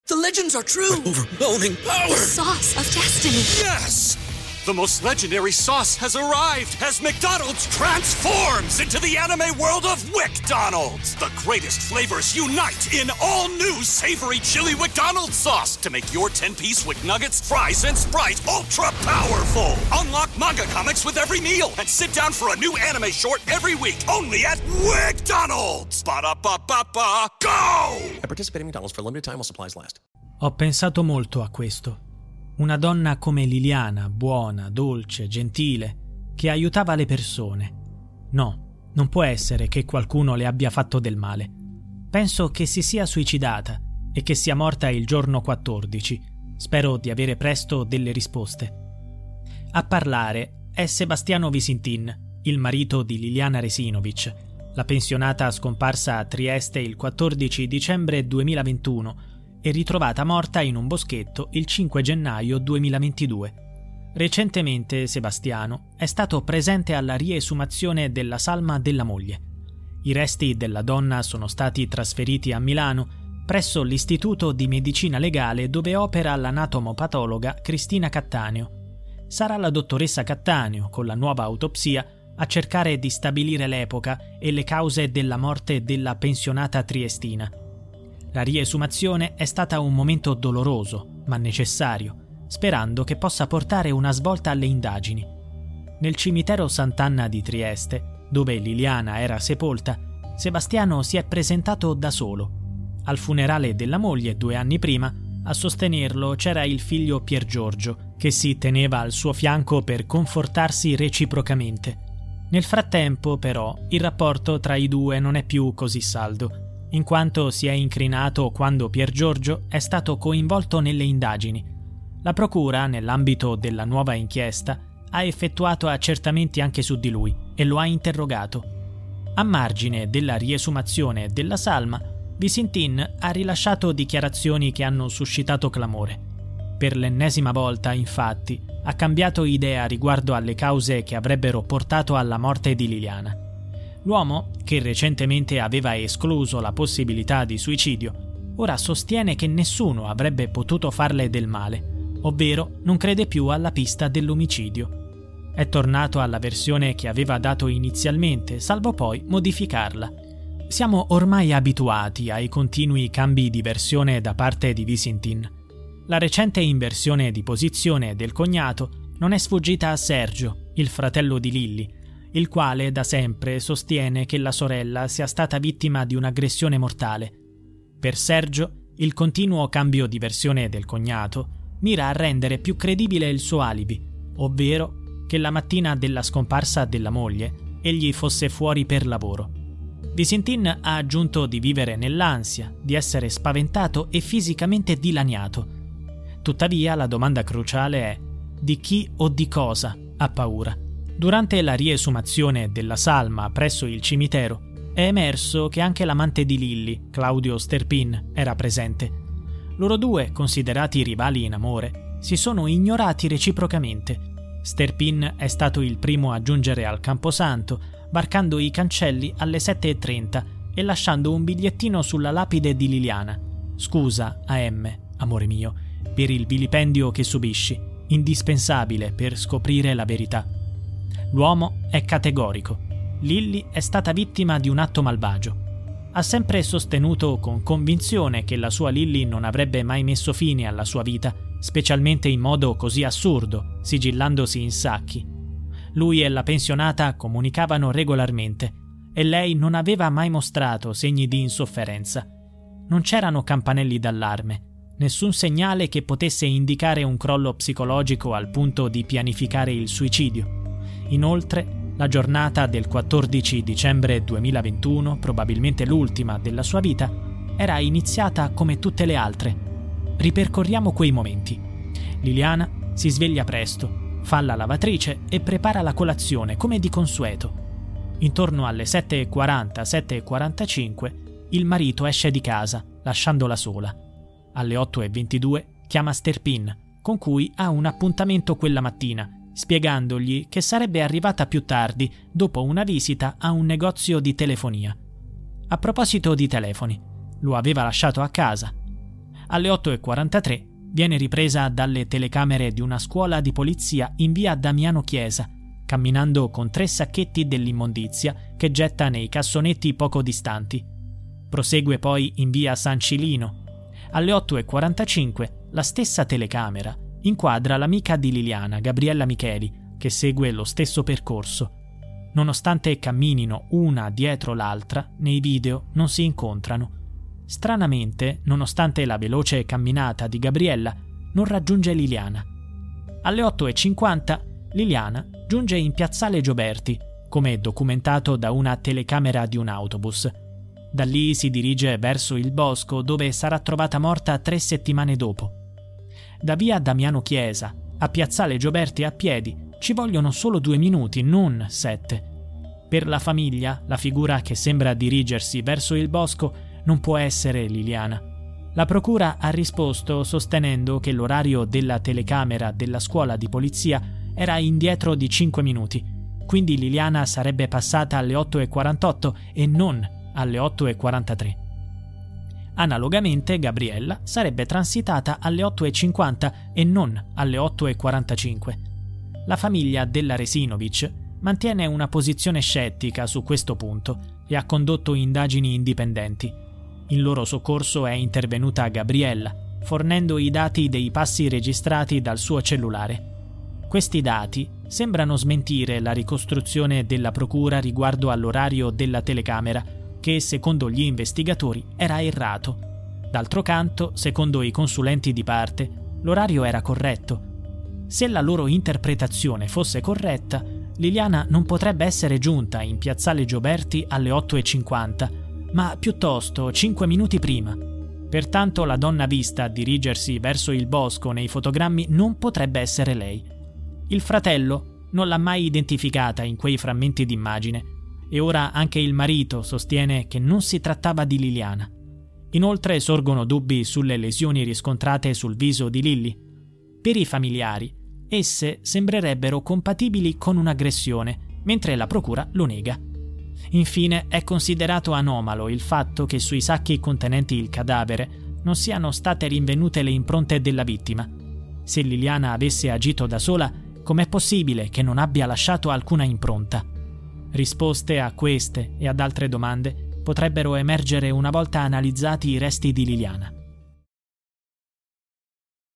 The legends are true. Overwhelming power. The sauce of destiny. Yes! The most legendary sauce has arrived as McDonald's transforms into the anime world of WickDonald's. The greatest flavors unite in all new savory chili McDonald's sauce to make your 10-piece Wick Nuggets, fries, and Sprite ultra-powerful. Unlock manga comics with every meal and sit down for a new anime short every week only at WickDonald's. Ba-da-ba-ba-ba, go! At participating McDonald's for a limited time while supplies last. Ho pensato molto a questo. Una donna come Liliana, buona, dolce, gentile, che aiutava le persone. No, non può essere che qualcuno le abbia fatto del male. Penso che si sia suicidata e che sia morta il giorno 14. Spero di avere presto delle risposte. A parlare è Sebastiano Visintin, il marito di Liliana Resinovic, la pensionata scomparsa a Trieste il 14 dicembre 2021 e ritrovata morta in un boschetto il 5 gennaio 2022. Recentemente Sebastiano è stato presente alla riesumazione della salma della moglie. I resti della donna sono stati trasferiti a Milano presso l'Istituto di Medicina Legale dove opera l'anatomopatologa Cristina Cattaneo. Sarà la dottoressa Cattaneo, con la nuova autopsia, a cercare di stabilire l'epoca e le cause della morte della pensionata triestina. La riesumazione è stata un momento doloroso, ma necessario, sperando che possa portare una svolta alle indagini. Nel cimitero Sant'Anna di Trieste, dove Liliana era sepolta, Sebastiano si è presentato da solo. Al funerale della moglie 2 anni prima, a sostenerlo c'era il figlio Pier Giorgio, che si teneva al suo fianco per confortarsi reciprocamente. Nel frattempo, però, il rapporto tra i due non è più così saldo, in quanto si è incrinato quando Pier Giorgio è stato coinvolto nelle indagini. La procura, nell'ambito della nuova inchiesta, ha effettuato accertamenti anche su di lui e lo ha interrogato. A margine della riesumazione della salma, Visintin ha rilasciato dichiarazioni che hanno suscitato clamore. Per l'ennesima volta, infatti, ha cambiato idea riguardo alle cause che avrebbero portato alla morte di Liliana. L'uomo, che recentemente aveva escluso la possibilità di suicidio, ora sostiene che nessuno avrebbe potuto farle del male, ovvero non crede più alla pista dell'omicidio. È tornato alla versione che aveva dato inizialmente, salvo poi modificarla. Siamo ormai abituati ai continui cambi di versione da parte di Visintin. La recente inversione di posizione del cognato non è sfuggita a Sergio, il fratello di Lilly, il quale da sempre sostiene che la sorella sia stata vittima di un'aggressione mortale. Per Sergio, il continuo cambio di versione del cognato mira a rendere più credibile il suo alibi, ovvero che la mattina della scomparsa della moglie egli fosse fuori per lavoro. Visintin ha aggiunto di vivere nell'ansia, di essere spaventato e fisicamente dilaniato. Tuttavia la domanda cruciale è: di chi o di cosa ha paura? Durante la riesumazione della salma presso il cimitero è emerso che anche l'amante di Lilly, Claudio Sterpin, era presente. Loro due, considerati rivali in amore, si sono ignorati reciprocamente. Sterpin è stato il primo a giungere al Camposanto, varcando i cancelli alle 7:30 e lasciando un bigliettino sulla lapide di Liliana. Scusa, AM, amore mio, per il vilipendio che subisci, indispensabile per scoprire la verità. L'uomo è categorico. Lilly è stata vittima di un atto malvagio. Ha sempre sostenuto con convinzione che la sua Lilly non avrebbe mai messo fine alla sua vita, specialmente in modo così assurdo, sigillandosi in sacchi. Lui e la pensionata comunicavano regolarmente e lei non aveva mai mostrato segni di insofferenza. Non c'erano campanelli d'allarme, nessun segnale che potesse indicare un crollo psicologico al punto di pianificare il suicidio. Inoltre, la giornata del 14 dicembre 2021, probabilmente l'ultima della sua vita, era iniziata come tutte le altre. Ripercorriamo quei momenti. Liliana si sveglia presto, fa la lavatrice e prepara la colazione come di consueto. Intorno alle 7:40, 7:45, il marito esce di casa, lasciandola sola. Alle 8:22 chiama Sterpin, con cui ha un appuntamento quella mattina, spiegandogli che sarebbe arrivata più tardi dopo una visita a un negozio di telefonia. A proposito di telefoni, lo aveva lasciato a casa. Alle 8:43 viene ripresa dalle telecamere di una scuola di polizia in via Damiano Chiesa, camminando con 3 sacchetti dell'immondizia che getta nei cassonetti poco distanti. Prosegue poi in via San Cilino. Alle 8:45 la stessa telecamera inquadra l'amica di Liliana, Gabriella Micheli, che segue lo stesso percorso. Nonostante camminino una dietro l'altra, nei video non si incontrano. Stranamente, nonostante la veloce camminata di Gabriella, non raggiunge Liliana. Alle 8:50 Liliana giunge in piazzale Gioberti, come documentato da una telecamera di un autobus. Da lì si dirige verso il bosco, dove sarà trovata morta 3 settimane dopo. Da via Damiano Chiesa a piazzale Gioberti a piedi ci vogliono solo 2 minuti, non 7. Per la famiglia, la figura che sembra dirigersi verso il bosco non può essere Liliana. La procura ha risposto sostenendo che l'orario della telecamera della scuola di polizia era indietro di 5 minuti, quindi Liliana sarebbe passata alle 8:48 e non alle 8:43. Analogamente, Gabriella sarebbe transitata alle 8:50 e non alle 8:45. La famiglia della Resinovic mantiene una posizione scettica su questo punto e ha condotto indagini indipendenti. In loro soccorso è intervenuta Gabriella, fornendo i dati dei passi registrati dal suo cellulare. Questi dati sembrano smentire la ricostruzione della procura riguardo all'orario della telecamera, che secondo gli investigatori era errato. D'altro canto, secondo i consulenti di parte, l'orario era corretto. Se la loro interpretazione fosse corretta, Liliana non potrebbe essere giunta in piazzale Gioberti alle 8:50, ma piuttosto 5 minuti prima. Pertanto la donna vista dirigersi verso il bosco nei fotogrammi non potrebbe essere lei. Il fratello non l'ha mai identificata in quei frammenti d'immagine e ora anche il marito sostiene che non si trattava di Liliana. Inoltre sorgono dubbi sulle lesioni riscontrate sul viso di Lilly. Per i familiari, esse sembrerebbero compatibili con un'aggressione, mentre la procura lo nega. Infine è considerato anomalo il fatto che sui sacchi contenenti il cadavere non siano state rinvenute le impronte della vittima. Se Liliana avesse agito da sola, com'è possibile che non abbia lasciato alcuna impronta? Risposte a queste e ad altre domande potrebbero emergere una volta analizzati i resti di Liliana.